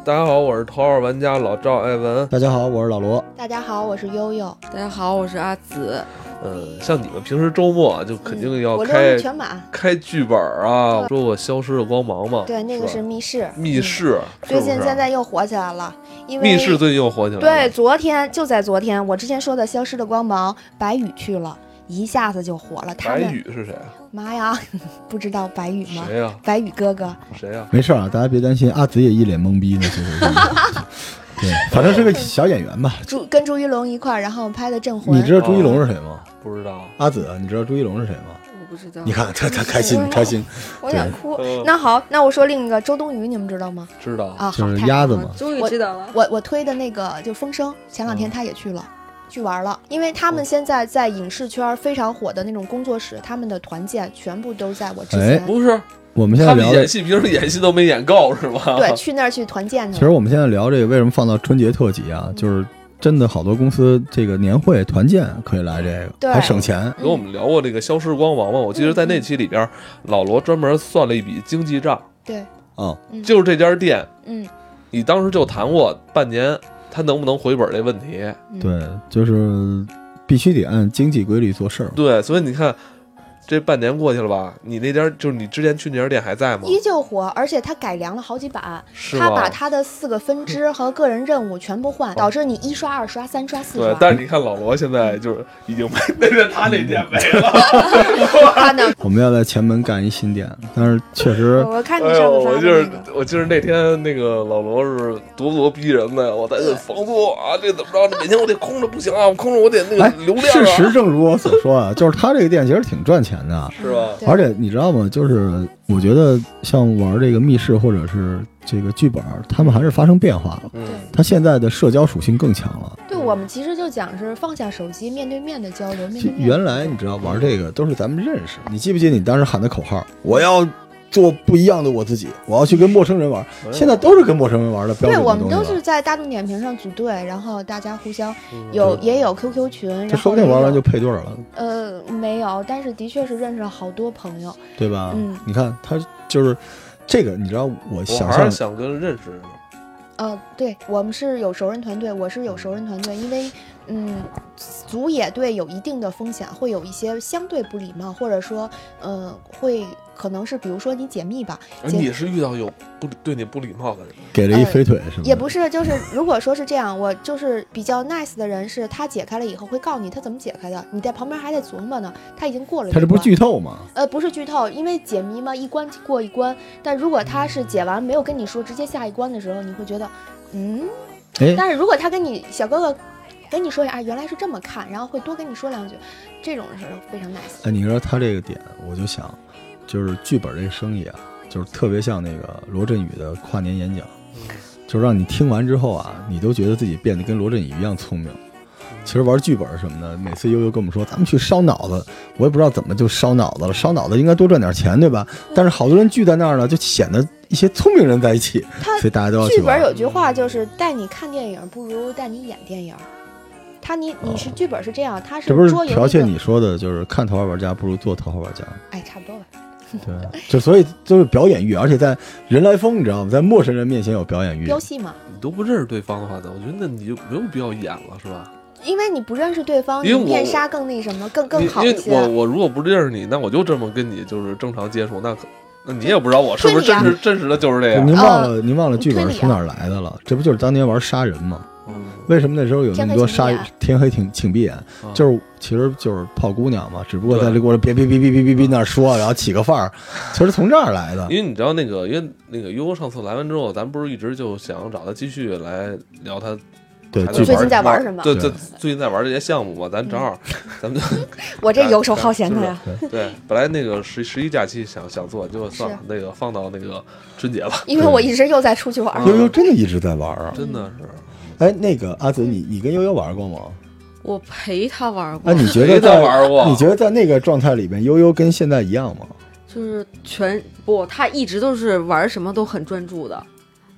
大家好，我是头号玩家老赵艾文。 大家好，我是老罗。 大家好，我是悠悠。 大家好，我是阿紫。 像你们平时周末就肯定要我开全马开剧本啊，说过消失的光芒嘛。 对，那个是密室。 密室， 最近现在又火起来了，因为密室最近又火起来了。 对，昨天，我之前说的消失的光芒，白宇去了。一下子就火了。 白宇是谁？ 妈呀，不知道白宇吗？ 谁呀？ 白宇哥哥。 谁呀？ 没事啊，大家别担心，阿紫也一脸懵逼呢，其实。对，反正是个小演员吧。 跟朱一龙一块儿，然后拍的《镇魂》。 你知道朱一龙是谁吗？ 不知道。 阿紫，你知道朱一龙是谁吗？ 我不知道。 你看他开心， 我想哭。那好，那我说另一个周冬雨，你们知道吗？ 知道啊， 就是鸭子嘛。 终于知道了。 我推的那个就风声，前2天他也去了。去玩了，因为他们现在在影视圈非常火的那种工作室，他们的团建全部都在我之前。 不是， 我们现在聊演戏，平时演戏都没演够是吗？ 对，去那儿去团建去了。 其实我们现在聊这个，为什么放到春节特辑啊？就是真的好多公司这个年会团建可以来这个，还省钱。 跟我们聊过这个消失光芒嘛，我记得在那期里边，老罗专门算了一笔经济账。 对， 就是这家店， 你当时就谈过半年。他能不能回本这问题？ 对，就是必须得按经济规律做事儿。 对，所以你看，这半年过去了吧？你那家就是你之前去那家店还在吗？ 依旧火，而且他改良了好几版，他把他的4个分支和个人任务全部换，导致你1刷、2刷、3刷、4刷。 对，但是你看老罗现在就是已经没他那店没了。 他呢？ 我们要在前门干一新店，但是确实， 我看你上次发的那个， 我就是那天那个老罗是多逼人的呀！我在这房租啊，这怎么着？每天我得空着不行啊，我空着我得那个流量啊。 事实正如我所说啊，就是他这个店其实挺赚钱的， 是吧？ 而且你知道吗？就是我觉得像玩这个密室或者是这个剧本，他们还是发生变化了。他现在的社交属性更强了。 对，我们其实就讲是放下手机，面对面的交流。 原来你知道玩这个都是咱们认识，你记不记得你当时喊的口号？我要做不一样的我自己，我要去跟陌生人玩。现在都是跟陌生人玩的标准的东西。 对，我们都是在大众点评上组队，然后大家互相也有 QQ 群， 这说不定玩完就配对了。 没有，但是的确是认识了好多朋友， 对吧？你看他就是这个，你知道我想跟认识人。 对，我们是有熟人团队，我是有熟人团队，因为组野队有一定的风险，会有一些相对不礼貌，或者说会可能是比如说你解密吧。 你是遇到有对你不礼貌的人， 给了一飞腿是吗？ 也不是，就是如果说是这样，我就是比较 nice 的人，是他解开了以后会告诉你他怎么解开的，你在旁边还得琢磨呢。他已经过了一关， 他这不是剧透吗？ 不是剧透，因为解谜嘛，一关过一关。但如果他是解完没有跟你说，直接下一关的时候，你会觉得但是如果他跟你小哥哥跟你说啊，原来是这么看，然后会多跟你说2句，这种是非常 nice。 你说他这个点，我就想，就是剧本这个生意啊，就是特别像那个罗振宇的跨年演讲，就让你听完之后啊，你都觉得自己变得跟罗振宇一样聪明。其实玩剧本什么的，每次悠悠跟我们说咱们去烧脑子，我也不知道怎么就烧脑子了。烧脑子应该多赚点钱，对吧？但是好多人聚在那儿呢，就显得一些聪明人在一起，所以大家都要去玩。 剧本有句话就是带你看电影不如带你演电影。你是剧本是这样，他是这不是剽窃你说的，就是看头号玩家不如做头号玩家。 差不多吧。 对，就所以就是表演欲，而且在人来疯，你知道吗？在陌生人面前有表演欲。 飙戏嘛， 你都不认识对方的话呢，我觉得那你就没有必要演了，是吧？ 因为你不认识对方，你面纱更那什么，更好一些。 我如果不认识你，那我就这么跟你就是正常接触，那你也不知道我是不是真实的就是这样。 您忘了剧本从哪儿来的了？这不就是当年玩杀人吗？为什么那时候有那么多天黑请闭眼？就是其实就是泡姑娘嘛，只不过在这过别那儿说，然后起个范儿，其实从这儿来的。 因为你知道因为那个悠悠上次来完之后，咱不是一直就想找他继续来聊他。 对， 最近在玩什么？ 对，最近在玩这些项目嘛，咱正好，咱们就我这游手好闲的呀。 对，本来那个11假期想做，结果算了，那个放到那个春节了。 因为我一直又在出去玩。 悠悠真的一直在玩啊， 真的是。 那个阿紫，你跟悠悠玩过吗？ 我陪他玩过。 你觉得在那个状态里面，悠悠跟现在一样吗？ 就是他一直都是玩什么都很专注的。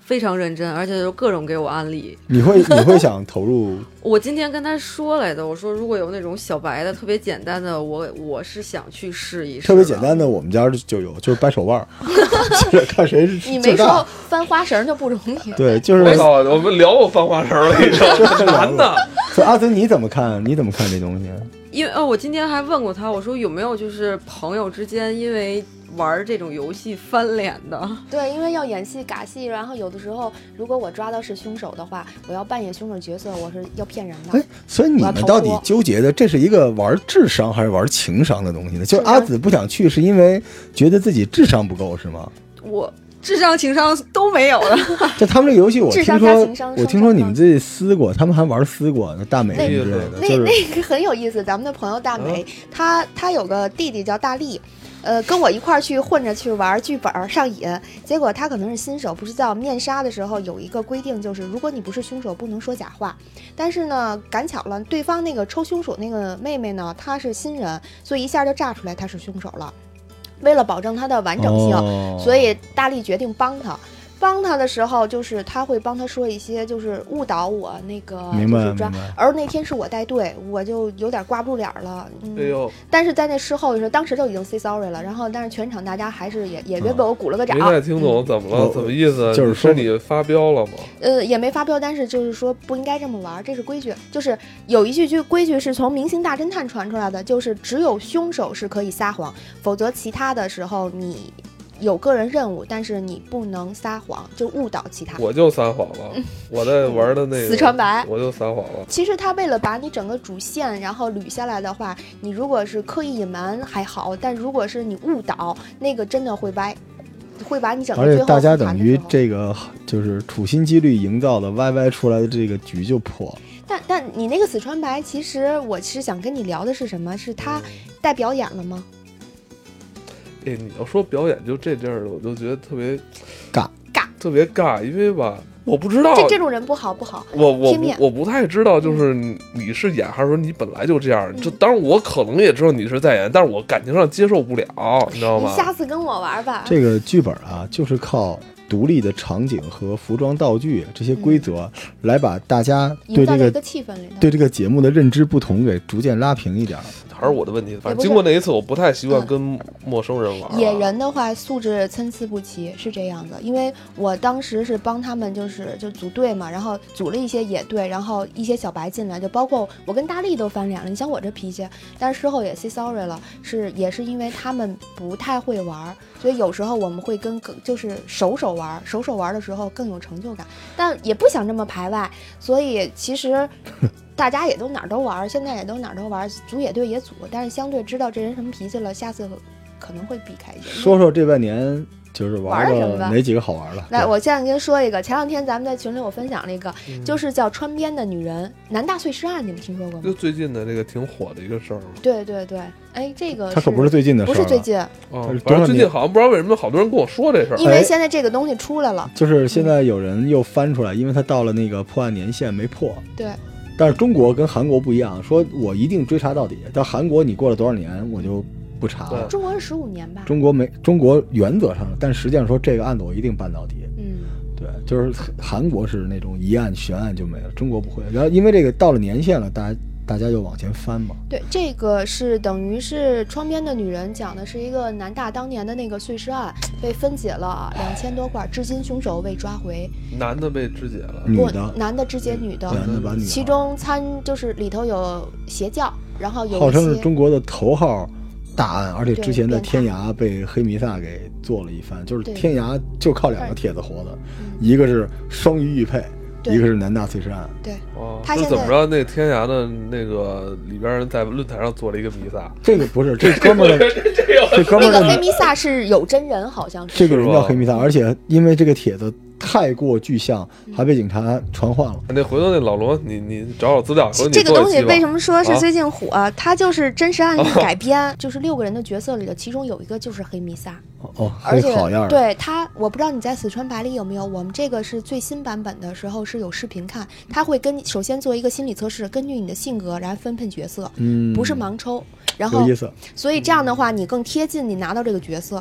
非常认真，而且就各种给我安利。 你会想投入？ 我今天跟他说来的，我说如果有那种小白的特别简单的，我是想去试一试。 特别简单的，我们家就有，就是掰手腕，就是看谁是你没说翻花绳就不容易。 对，就是我们聊过翻花绳了，已经难的。 所以阿泽你怎么看这东西？ 因为我今天还问过他，我说有没有就是朋友之间因为玩这种游戏翻脸的？ 对，因为要演戏尬戏，然后有的时候如果我抓到是凶手的话，我要扮演凶手角色，我是要骗人的。 所以你们到底纠结的这是一个玩智商还是玩情商的东西呢？就是阿紫不想去是因为觉得自己智商不够是吗？ 我智商情商都没有了。 就他们这个游戏我听说你们自己撕过，他们还玩撕过，那大美之类的。 那个很有意思，咱们的朋友大美，他有个弟弟叫大力。跟我一块儿去混着去玩剧本上瘾，结果他可能是新手，不知道面杀的时候有一个规定，就是如果你不是凶手不能说假话。但是呢赶巧了，对方那个抽凶手那个妹妹呢，她是新人，所以一下就炸出来她是凶手了。为了保证她的完整性，所以大力决定帮他的时候，就是他会帮他说一些就是误导我那个就是抓，而那天是我带队，我就有点挂不住脸了。 哎呦！ 但是在那事后的时候，当时就已经 say sorry 了，然后但是全场大家还是也为我鼓了个掌。 没太听懂怎么了？怎么意思？ 就是说你发飙了吗？ 也没发飙，但是就是说不应该这么玩，这是规矩。就是有一句规矩是从明星大侦探传出来的，就是只有凶手是可以撒谎，否则其他的时候你有个人任务，但是你不能撒谎，就误导其他。 我就撒谎了，我在玩的那个死传白， 我就撒谎了。 其实他为了把你整个主线然后捋下来的话，你如果是刻意隐瞒还好，但如果是你误导，那个真的会歪，会把你整个最后。 而且大家等于这个就是处心积虑营造的歪出来的这个局就破了。 但你那个死传白，其实我是想跟你聊的是什么？是他带表演了吗？ 你要说表演就这阵儿的，我就觉得特别尬， 特别尬，因为吧，我不知道这种人不好， 我不太知道，就是你是演还是说你本来就这样？就当然我可能也知道你是在演，但是我感情上接受不了，你知道吗？ 你下次跟我玩吧。 这个剧本啊，就是靠独立的场景和服装道具这些规则来把大家对这个气氛里对这个节目的认知不同给逐渐拉平一点。 还是我的问题，反正经过那一次，我不太习惯跟陌生人玩。 野人的话，素质参差不齐，是这样的。因为我当时是帮他们，就组队嘛，然后组了一些野队，然后一些小白进来，就包括我跟大力都翻脸了。你像我这脾气，但是事后也 say sorry 了，也是因为他们不太会玩，所以有时候我们会跟就是手玩的时候更有成就感，但也不想这么排外，所以其实。大家也都哪儿都玩，现在也都哪儿都玩，组野队也组，但是相对知道这人什么脾气了，下次可能会避开一些。 说说这半年就是玩了哪几个好玩的？ 来，我现在跟您说一个，前两天咱们在群里我分享了一个，就是叫川边的女人南大碎尸案，你们听说过吗？ 就最近的这个挺火的一个事儿。 对，哎，这个它可不是最近的事儿， 不是最近， 反正最近好像不知道为什么好多人跟我说这事儿， 因为现在这个东西出来了， 就是现在有人又翻出来，因为他到了那个破案年限没破。 对。 但是中国跟韩国不一样，说我一定追查到底。到韩国你过了多少年，我就不查了。 中国是15年吧？ 中国原则上，但实际上说这个案子我一定办到底。对，就是韩国是那种一案悬案就没了，中国不会。然后因为这个到了年限了，大家就往前翻嘛。 对，这个是等于是窗边的女人，讲的是一个南大当年的那个碎尸案，被分解了2000多块，至今凶手未抓回。 男的被肢解了， 女的， 男的肢解女的，其中就是里头有邪教，然后有号称是中国的头号大案，而且之前的天涯被黑弥撒给做了一番，就是天涯就靠2个帖子活的，一个是双鱼玉佩。一个是南大碎尸案， 对， 他怎么着？那天涯的那个里边人在论坛上做了一个弥撒， 这个不是这哥们儿，这哥们儿那个黑弥撒是有真人，好像是这个人叫黑弥撒，而且因为这个帖子太过具象，还被警察传唤了。 那回头那老罗，你找资料。 这个东西为什么说是最近火？它就是真实案例改编，就是6个人的角色里的，其中有一个就是黑弥撒。 而且好样。 对他，我不知道你在四川白里有没有，我们这个是最新版本的时候是有视频看，他会首先做一个心理测试，根据你的性格然后分配角色，不是盲抽。然后，所以这样的话，你更贴近你拿到这个角色。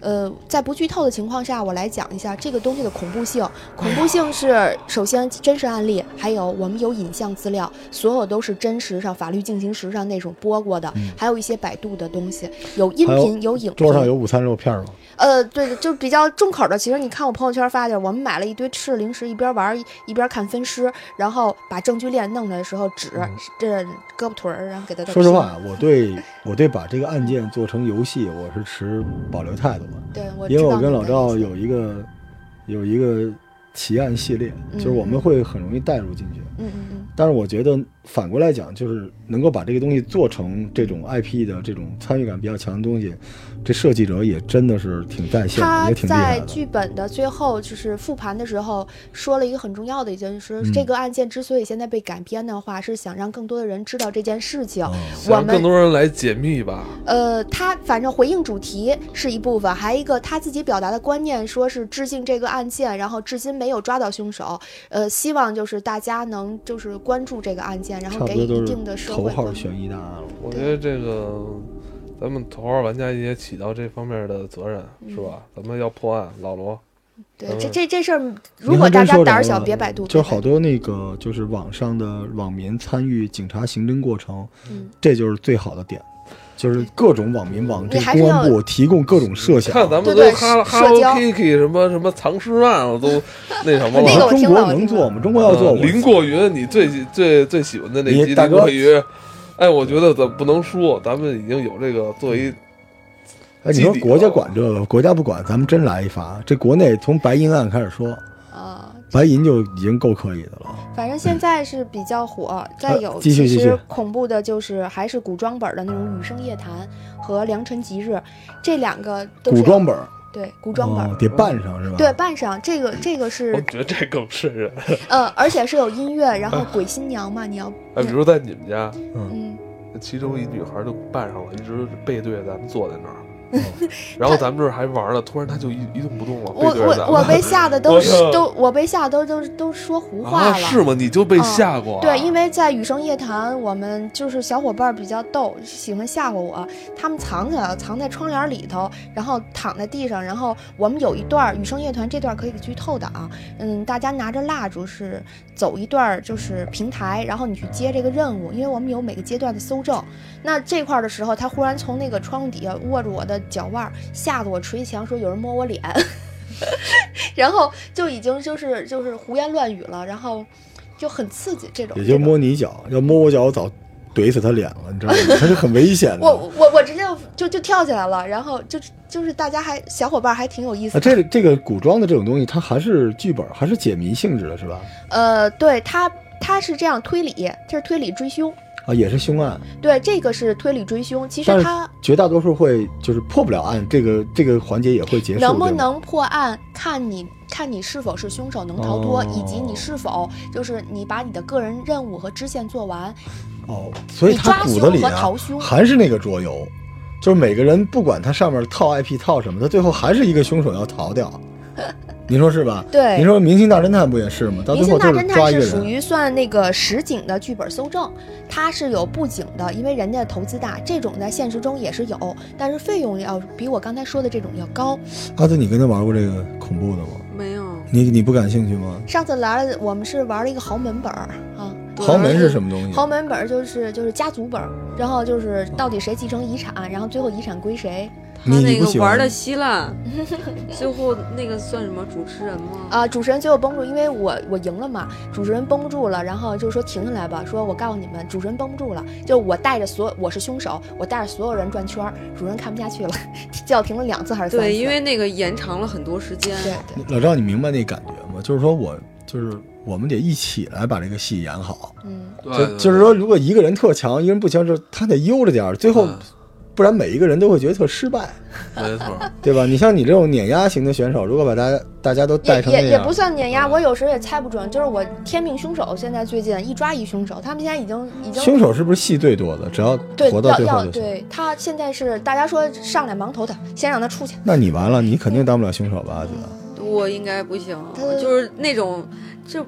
在不剧透的情况下，我来讲一下这个东西的恐怖性。恐怖性是首先真实案例，还有我们有影像资料，所有都是真实上法律进行时上那种播过的，还有一些百度的东西，有音频有影评。 桌上有午餐肉片吗？ 对，就比较重口的。其实你看我朋友圈发的，我们买了一堆吃的零食，一边玩一边看分尸，然后把证据链弄出来的时候指这胳膊腿儿，然后给他。 说实话，我对把这个案件做成游戏，我是持保留态度的。 对， 因为我跟老赵有一个奇案系列，就是我们会很容易带入进去。但是我觉得反过来讲，就是能够把这个东西做成这种 IP 的这种参与感比较强的东西，这设计者也真的是挺在线的，也挺厉害的。 他在剧本的最后就是复盘的时候说了一个很重要的一件事，这个案件之所以现在被改编的话，是想让更多的人知道这件事情， 让更多人来解密吧。 他反正回应主题是一部分，还一个他自己表达的观念，说是致敬这个案件，然后至今没有抓到凶手，希望就是大家能就是关注这个案件，然后给予一定的社会头号悬疑大案了。 我觉得这个咱们头号玩家也起到这方面的责任，是吧？咱们要破案，老罗。 对，这事儿，如果大家胆儿小，别百度。 就好多那个就是网上的网民参与警察刑侦过程，这就是最好的点。就是各种网民往这公安部提供各种设想， 看咱们都Hello Kitty 什么藏尸案了，都那什么了。 那个中国能做吗？中国要做。 林过云，你最喜欢的那集林过云，哎，我觉得咱不能说，咱们已经有这个作为。 哎，你说国家管这个，国家不管，咱们真来一发。这国内从白银案开始说白银就已经够可以的了。 反正现在是比较火，再有其实恐怖的就是还是古装本的那种《雨声夜谈》和《良辰吉日》，这两个都是古装本。 对，古装本得扮上是吧？ 对，扮上这个是。 我觉得这更瘆人。 而且是有音乐，然后鬼新娘嘛，你要。 比如在你们家，其中一女孩就扮上了，一直背对着咱们坐在那儿。然后咱们这儿还玩了，突然他就一动不动了。 我被吓得都说胡话了。 是吗？你就被吓过？ 对，因为在雨声夜谈，我们就是小伙伴比较逗，喜欢吓唬我。他们藏在窗帘里头，然后躺在地上，然后我们有一段雨声夜谈这段可以剧透的啊。大家拿着蜡烛是走一段就是平台，然后你去接这个任务，因为我们有每个阶段的搜证。那这块的时候，他忽然从那个窗底下握住我的脚腕，吓得我捶墙，说有人摸我脸，然后就已经就是胡言乱语了，然后就很刺激。这种也就摸你脚，要摸我脚，我早怼死他脸了，你知道吗？他是很危险的。 我直接就跳起来了，然后就是大家小伙伴还挺有意思的。这个古装的这种东西，它还是剧本，还是解谜性质的，是吧？ 对，它是这样推理，这是推理追凶。 也是凶案。 对，这个是推理追凶。其实它绝大多数会就是破不了案，这个环节也会结束。 能不能破案，看你是否是凶手能逃脱，以及你是否就是你把你的个人任务和支线做完。 所以他骨子里还是那个桌游，就是每个人不管他上面套 IP 套什么，他最后还是一个凶手要逃掉。您说是吧？ 对， 您说《明星大侦探》不也是吗？到最后就是抓一个人。 明星大侦探是属于算那个实景的剧本搜证，它是有布景的，因为人家投资大，这种在现实中也是有，但是费用要比我刚才说的这种要高。 阿紫，你跟他玩过这个恐怖的吗？ 没有。 你不感兴趣吗？ 上次来了，我们是玩了一个豪门本啊。 豪门是什么东西？ 豪门本就是家族本，然后就是到底谁继承遗产，然后最后遗产归谁。 他那个玩的稀烂，最后那个算什么主持人吗？ 主持人最后绷住，因为我赢了嘛，主持人绷不住了，然后就说停下来吧，说我告诉你们，主持人绷不住了，就我带着我是凶手，我带着所有人转圈，主持人看不下去了，叫停了2次还是3次？ 对，因为那个延长了很多时间。 对。 老赵，你明白那感觉吗？就是说我们得一起来把这个戏演好。就是说，如果一个人特强，一个人不强，他得悠着点，最后。不然每一个人都会觉得特失败， 没错， 对吧？你像你这种碾压型的选手，如果把大家都带成那样， 也不算碾压。我有时也猜不准，就是我天命凶手现在最近一抓一凶手，他们现在已经凶手是不是戏最多的？只要活到最后就行。 对，他现在是大家说上来盲头的，先让他出去。 那你完了，你肯定当不了凶手吧？阿紫， 我应该不行，就是那种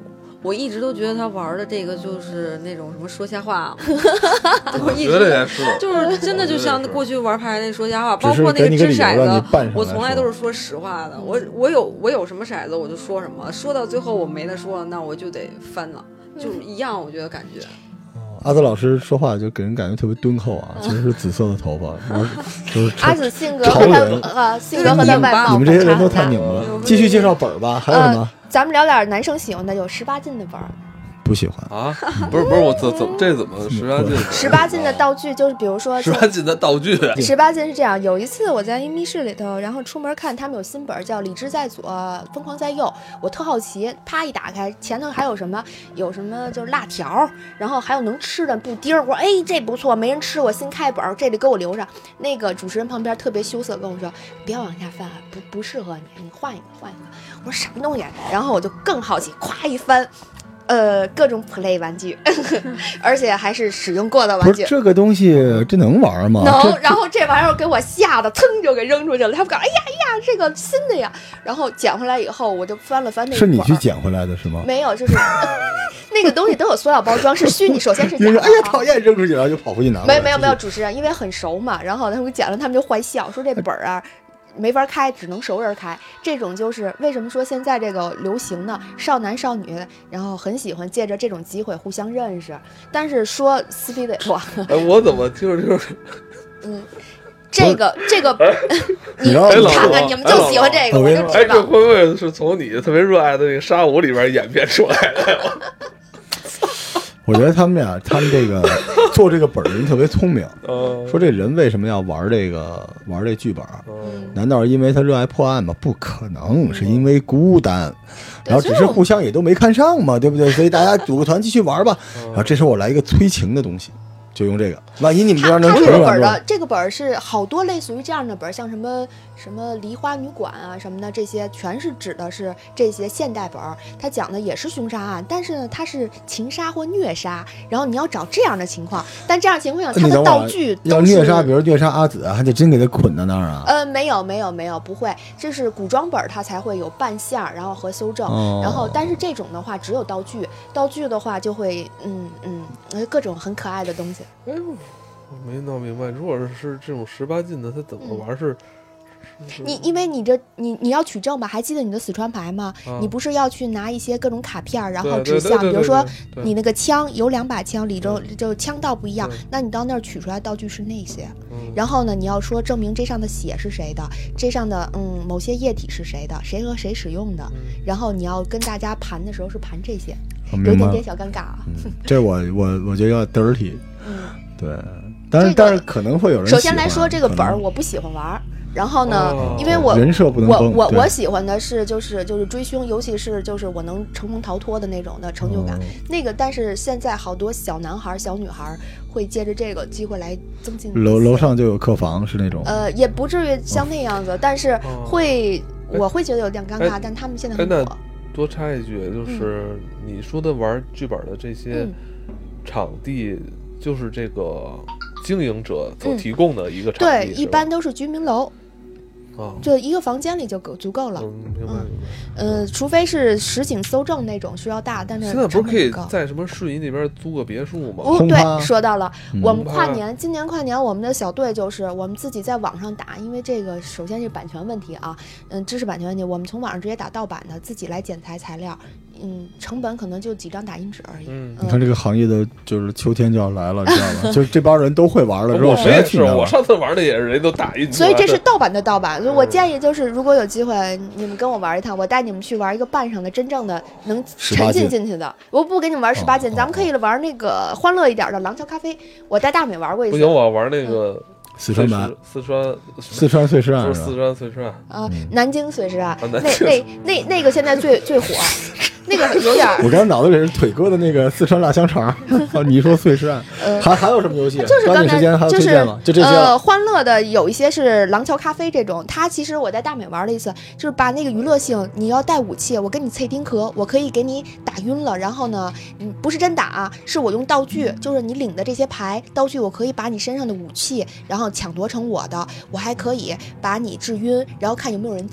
我一直都觉得他玩的这个就是那种什么说瞎话， 我觉得也是， 就是真的就像过去玩牌那说瞎话，包括那个掷骰子，我从来都是说实话的。我有什么骰子我就说什么，说到最后我没得说了，那我就得翻了，就一样。我觉得感觉。 阿紫老师说话就给人感觉特别敦厚啊，其实是紫色的头发，就是阿紫性格和他性格和他外貌， 你们这些人都太拧巴了。继续介绍本吧，还有什么？ 咱们聊点男生喜欢的，有18禁的本。 不喜欢啊？不是，我这怎么18禁 ？18禁的道具就是比如说 18禁的道具。 18禁是这样，有一次我在一密室里头，然后出门看他们有新本叫《理智在左，疯狂在右》，我特好奇，啪一打开，前头还有什么就是辣条，然后还有能吃的布丁，我说哎这不错，没人吃，我新开本，这里给我留上。那个主持人旁边特别羞涩跟我说，别往下翻，不适合你换一个。我说什么东西？然后我就更好奇，咵一翻。各种 play 玩具，而且还是使用过的玩具。 不是这个东西，这能玩吗？ 能。然后这玩意儿给我吓得，噌就给扔出去了。他们讲，哎呀，这个新的呀。然后捡回来以后，我就翻了翻那个。 是你去捡回来的是吗？ 没有，就是那个东西都有塑料包装，是虚拟。首先是假的。 哎呀，讨厌，扔出去，然后就跑回去拿。 没有，主持人因为很熟嘛，然后他们捡了，他们就坏笑说这本啊。没法开，只能熟人开。这种就是为什么说现在这个流行呢？少男少女，然后很喜欢借着这种机会互相认识。但是说斯皮得哇， 我怎么就是这个，你看看，你们就喜欢这个，我就知道。 哎，这会不会是从你特别热爱的那个沙舞里边演变出来的？ 我觉得他们这个做这个本人特别聪明。说这人为什么要玩这剧本？难道是因为他热爱破案吗？不可能，是因为孤单。然后只是互相也都没看上嘛，对不对？所以大家组个团继续玩吧。然后这时候我来一个催情的东西。就用这个，万一你们这样能这个本的这个本是好多类似于这样的本，像什么梨花女馆啊什么的，这些全是指的是这些现代本，它讲的也是凶杀案，但是呢它是情杀或虐杀，然后你要找这样的情况，但这样情况下它的道具要虐杀，比如虐杀阿紫，还得真给他捆在那儿啊？ 没有，不会，这是古装本它才会有扮相，然后和修正，然后但是这种的话只有道具的话就会各种很可爱的东西。 哎呦，我没闹明白，如果是这种18禁的，他怎么玩是？ 因为你要取证吧？还记得你的四川牌吗？你不是要去拿一些各种卡片，然后指向，比如说你那个枪有2把枪，里头就枪道不一样，那你到那儿取出来道具是那些，然后呢，你要说证明这上的血是谁的，这上的某些液体是谁的，谁和谁使用的，然后你要跟大家盘的时候是盘这些，有一点点小尴尬啊。 这我觉得有点 dirty。对，但是可能会有人。 首先来说，这个本我不喜欢玩。然后呢，因为我人设不能崩， 我喜欢的是就是追凶，尤其是就是我能成功逃脱的那种的成就感。那个，但是现在好多小男孩、小女孩会借着这个机会来增进。 楼上就有客房是那种。 也不至于像那样子，但是我会觉得有点尴尬。但他们现在很火。 多插一句，就是你说的玩剧本的这些场地，就是这个经营者所提供的一个场地。 对，一般都是居民楼。就一个房间里就足够了。 明白。 除非是实景搜证那种需要大，但是现在不是可以在什么顺义那边租个别墅吗？ 对，说到了，我们今年跨年我们的小队就是我们自己在网上打，因为这个首先是版权问题啊，知识版权问题，我们从网上直接打盗版的，自己来剪裁材料。成本可能就几张打印纸而已。 你看这个行业的就是秋天就要来了，知道吗？就这帮人都会玩了之后， 我上次玩的也是人都打印， 所以这是盗版的盗版。我建议就是，如果有机会，你们跟我玩一趟，我带你们去玩一个扮上的真正的能沉浸进去的。我不给你们玩18禁，咱们可以玩那个欢乐一点的廊桥咖啡。我带大美玩过一次。 不行，我要玩那个。 四川版， 四川碎尸案， 不是四川碎尸案啊，南京碎尸案，那个现在最火。那个有点， 我刚才脑子里是腿哥的那个四川辣香肠。你说碎尸案，还有什么游戏？ 就是抓紧时间还有推荐吗？就这些。 欢乐的有一些是廊桥咖啡这种，它其实我在大美玩了一次，就是把那个娱乐性，你要带武器，我跟你脆丁壳，我可以给你打晕了，然后呢，不是真打啊，是我用道具，就是你领的这些牌道具，我可以把你身上的武器，然后抢夺成我的，我还可以把你治晕，然后看有没有人救。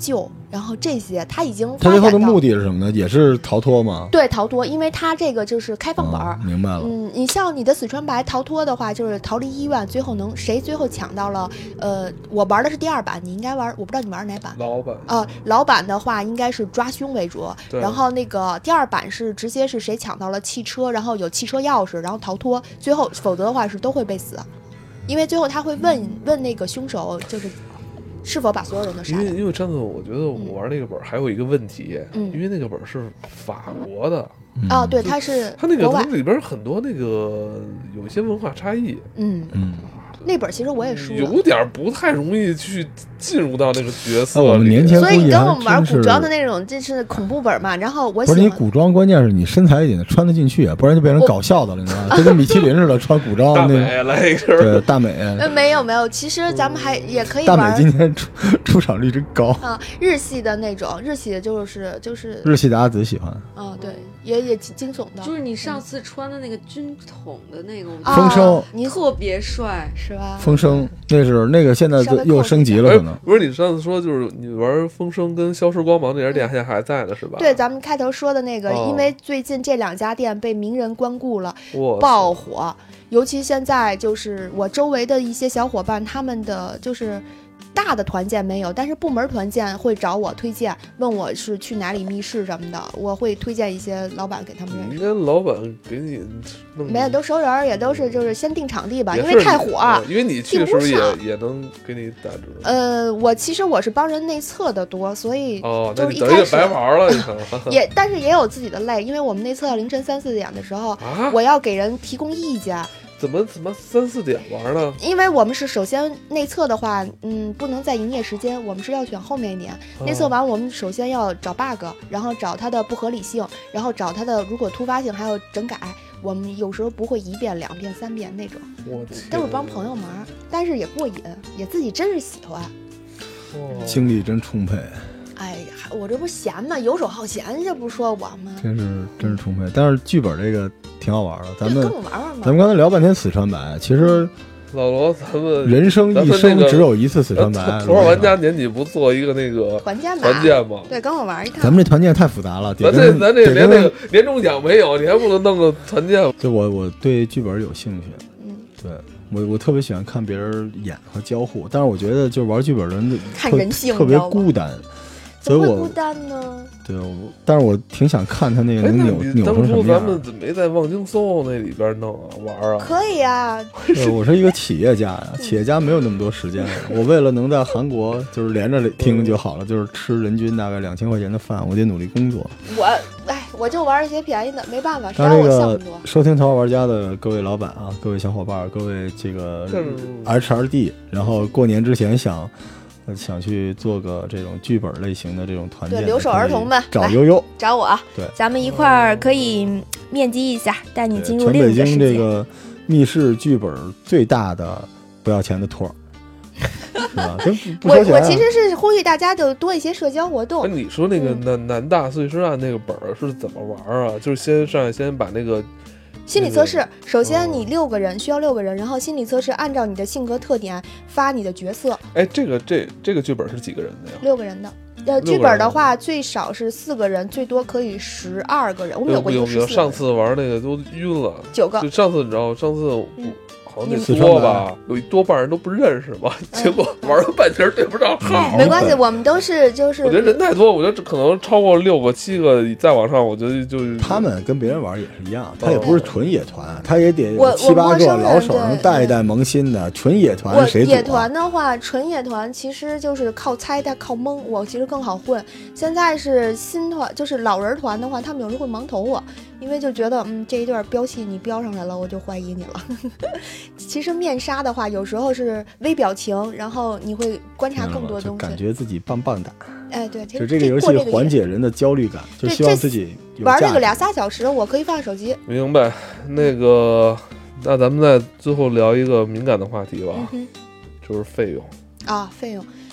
然后这些他已经他最后的目的是什么呢？也是逃脱吗？ 对，逃脱，因为他这个就是开放本明白了。 你像你的死川白逃脱的话，就是逃离医院，最后谁最后抢到了？我玩的是第2版，你应该玩，我不知道你玩哪版。老版的话应该是抓凶为主，然后那个第2版是直接是谁抢到了汽车，然后有汽车钥匙，然后逃脱，最后否则的话是都会被死，因为最后他会问那个凶手是否把所有人都杀了。 因为上次我觉得我玩那个本还有一个问题，因为那个本是法国的对，它那个里边很多那个有一些文化差异， 那本其实我也输了， 有点不太容易去进入到那个角色我们年前所以你跟我们玩古装的那种，这是恐怖本嘛？然后我不是你古装，关键是你身材一点穿得进去，不然就变成搞笑的了，你知道吗？就跟米其林似的，穿古装大美来一个， 对大美。 没有，其实咱们也可以玩。大美今天出场率真高啊！日系的那种，日系的就是日系的阿紫喜欢。 对，也惊悚的。 就是你上次穿的那个军统的那个风声， 你特别帅。 风声那个现在又升级了，可能不是你上次说就是你玩风声跟消失光芒那家店现在还在呢是吧？ 对，咱们开头说的那个，因为最近这2家店被名人光顾了，爆火。尤其现在就是我周围的一些小伙伴，他们的就是大的团建没有，但是部门团建会找我推荐，问我是去哪里密室什么的，我会推荐一些老板给他们认识。 应该老板给你弄没有都熟人，也都是就是先定场地吧，因为太火， 因为你去的时候也能给你打折。 我是帮人内测的多，所以就是一开始白玩了， 但是也有自己的累，因为我们内测凌晨3、4点的时候，我要给人提供意见。 怎么3、4点玩呢？ 因为我们是首先内测的话，不能在营业时间，我们是要选后面一点。内测完，我们首先要找 bug， 然后找它的不合理性，然后找它的如果突发性，还有整改。我们有时候不会1遍、2遍、3遍那种，都是帮朋友忙，但是也过瘾，也自己真是喜欢。 精力真充沛。 哎呀，我这不闲吗？游手好闲，这不说我吗？ 真是充沛。但是剧本这个挺好玩的，咱们跟我玩玩嘛。 咱们刚才聊半天死川白，其实老罗，咱们人生一生只有一次死川白。 多少玩家年底不做一个那个团建吗？ 对，跟我玩一趟。 咱们这团建太复杂了， 咱这连那个年终奖没有，你还不能弄个团建？ 就我对剧本有兴趣，对我特别喜欢看别人演和交互，但是我觉得就是玩剧本的人看人性特别孤单。所以我孤单呢？ 对，但是我挺想看他那个能扭成什么样。 咱们没在望京 SOHO 那里边弄玩啊？ 可以啊。 对，我是一个企业家呀，企业家没有那么多时间。我为了能在韩国就是连着听就好了，就是吃人均大概2000块钱的饭，我得努力工作。 我就玩一些便宜的，没办法。 当然，这个收听《头号玩家》的各位老板啊，各位小伙伴，各位这个 HRD， 然后过年之前想去做个这种剧本类型的这种团建， 对，留守儿童们找悠悠， 找我，对，咱们一块儿可以面基一下，带你进入另一个世界。 全北京这个密室剧本最大的不要钱的托是吧？ 我其实是呼吁大家就多一些社交活动。 你说那个南大碎尸案那个本是怎么玩啊？就是先上来先把那个心理测试，首先你需要6个人，然后心理测试按照你的性格特点发你的角色。 哎，这个剧本是几个人的呀 ？6个人的。剧本的话最少是4个人，最多可以12个人。我们有过14个人。 上次玩那个都晕了，9个。就上次你知道，上次好像得多吧，有一多半人都不认识嘛，结果玩了半天对不上号。 没关系，我们都是就是我觉得人太多，我觉得可能超过6个、7个，再往上，我觉得就他们跟别人玩也是一样，他也不是纯野团，他也得有7、8个老手能带一带萌新的。纯野团谁组？ 野团的话，纯野团其实就是靠猜，但靠蒙，我其实更好混。现在是新团，就是老人团的话，他们有时候会盲投我，因为就觉得这一段标戏你标上来了，我就怀疑你了。其实面纱的话，有时候是微表情，然后你会观察更多东西， 感觉自己棒棒的。 哎，对， 就这个游戏缓解人的焦虑感，就希望自己玩这个2、3小时，我可以放手机。 明白。那咱们再最后聊一个敏感的话题吧，就是费用啊，费用。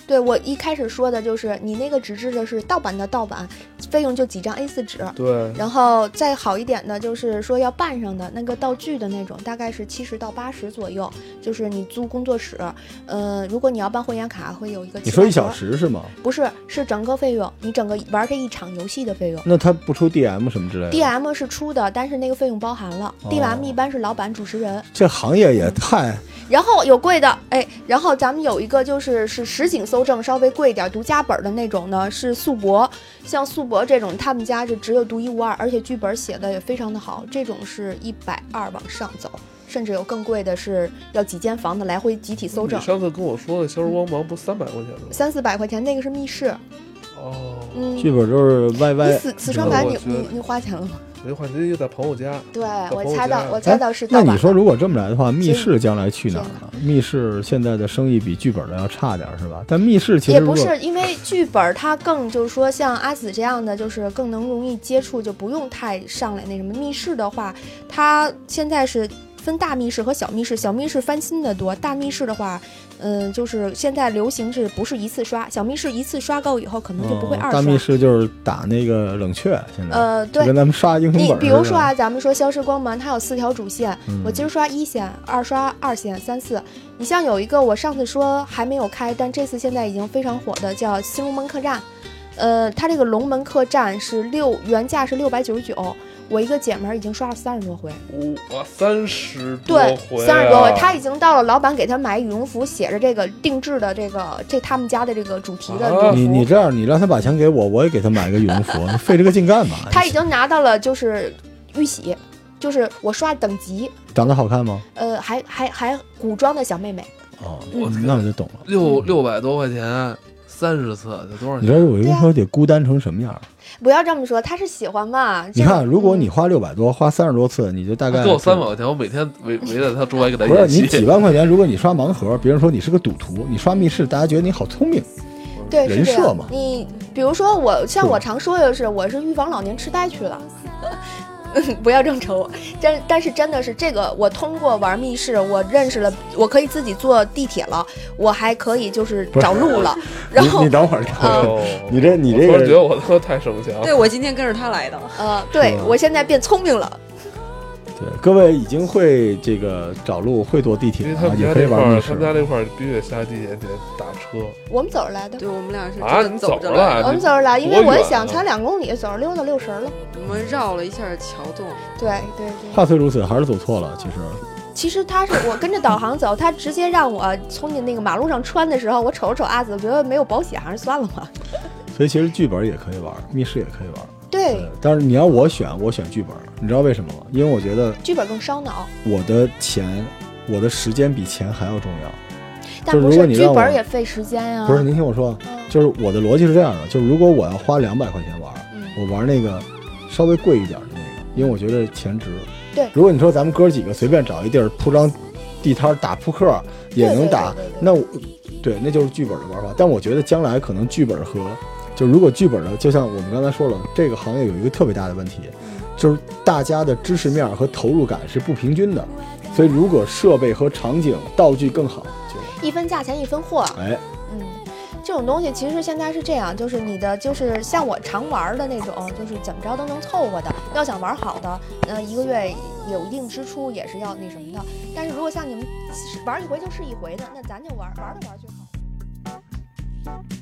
对，我一开始说的就是你那个纸质的是盗版的盗版，费用就几张 A4 纸。 对， 然后再好一点的就是说要办上的那个道具的那种，大概是70到80左右，就是你租工作室。如果你要办会员卡，会有一个。 你说1小时是吗？ 不是，是整个费用，你整个玩这一场游戏的费用。 那他不出 DM 什么之类的 ？DM 是出的，但是那个费用包含了。DM 一般是老板主持人。 这行业也太…… 然后有贵的，然后咱们有一个是实景搜证稍微贵一点，独家本的那种呢是速博，像速博这种，他们家就只有独一无二，而且剧本写的也非常的好，这种是120往上走，甚至有更贵的是要几间房的来回集体搜证。 你上次跟我说的《消失光芒》不300块钱吗 ？300-400块钱，那个是密室。 剧本都是歪。 四川版你花钱了吗？ 没花钱，又在朋友家。 对，我猜到是盗版。 那你说如果这么来的话，密室将来去哪儿呢？密室现在的生意比剧本的要差点是吧？但密室其实也不是，因为剧本它更就是说像阿紫这样的，就是更能容易接触，就不用太上来那什么。密室的话，它现在是分大密室和小密室，小密室翻新的多，大密室的话，就是现在流行是不是一次刷？小密室一次刷够以后，可能就不会二刷。 大密室就是打那个冷却，现在对， 跟咱们刷英雄本。 你比如说啊，咱们说消失光芒，它有4条主线，我今儿刷1线，2刷2线，3、4。你像有一个我上次说还没有开，但这次现在已经非常火的叫新龙门客栈，它这个龙门客栈是原价是699。我一个姐们儿已经刷了30多回， 哇，30多回， 对 ，30多回，她已经到了老板给她买羽绒服，写着这个定制的这他们家的这个主题的羽绒服。 你这样，你让他把钱给我，我也给他买个羽绒服，你费这个劲干嘛？ 他已经拿到了就是玉玺，就是我刷等级。 长得好看吗？ 还古装的小妹妹。 那我就懂了。 600多块钱30次，这多少钱？ 你知道我一个朋友得孤单成什么样？ 不要这么说，他是喜欢嘛。 你看，如果你花600多，花30多次，你就大概给我300块钱，我每天围着他周围给他不是你几万块钱，如果你刷盲盒，别人说你是个赌徒；你刷密室，大家觉得你好聪明。 对， 人设嘛。 你比如说我常说的是，我是预防老年痴呆去了。不要这么瞅我，但是真的是这个，我通过玩密室，我认识了，我可以自己坐地铁了，我还可以就是找路了。然后你等会儿，你这个，我觉得我他妈太生强。 对，我今天跟着他来的。 对，我现在变聪明了。 对，各位已经会这个找路，会坐地铁了，也可以玩密室。 他们家这块必须得下地铁，得打车。 我们走着来的。 对，我们俩是你走着来。 我们走着来，因为我想才2公里，走着溜达溜神了。 我们绕了一下桥洞。 对。 话虽如此，还是走错了。 其实他是我跟着导航走，他直接让我从你那个马路上穿的时候，我瞅了瞅阿紫，我觉得没有保险，还是算了吧。 所以其实剧本也可以玩，密室也可以玩。 对， 但是你要我选剧本，你知道为什么吗？因为我觉得剧本更烧脑。 我的时间比钱还要重要。 但不是剧本也费时间呀。 不是，您听我说，就是我的逻辑是这样的，就是如果我要花200块钱玩，我玩那个稍微贵一点的那个，因为我觉得钱值。 对， 如果你说咱们哥几个随便找一地儿铺张地摊打扑克也能打，那那就是剧本的玩法。但我觉得将来可能剧本就如果剧本的，就像我们刚才说了，这个行业有一个特别大的问题，就是大家的知识面和投入感是不平均的，所以如果设备和场景道具更好，就一分价钱一分货。这种东西其实现在是这样，就是你的就是像我常玩的那种，就是怎么着都能凑合的。要想玩好的，一个月有一定支出也是要那什么的。但是如果像你们玩一回就是一回的，那咱就玩着玩就好。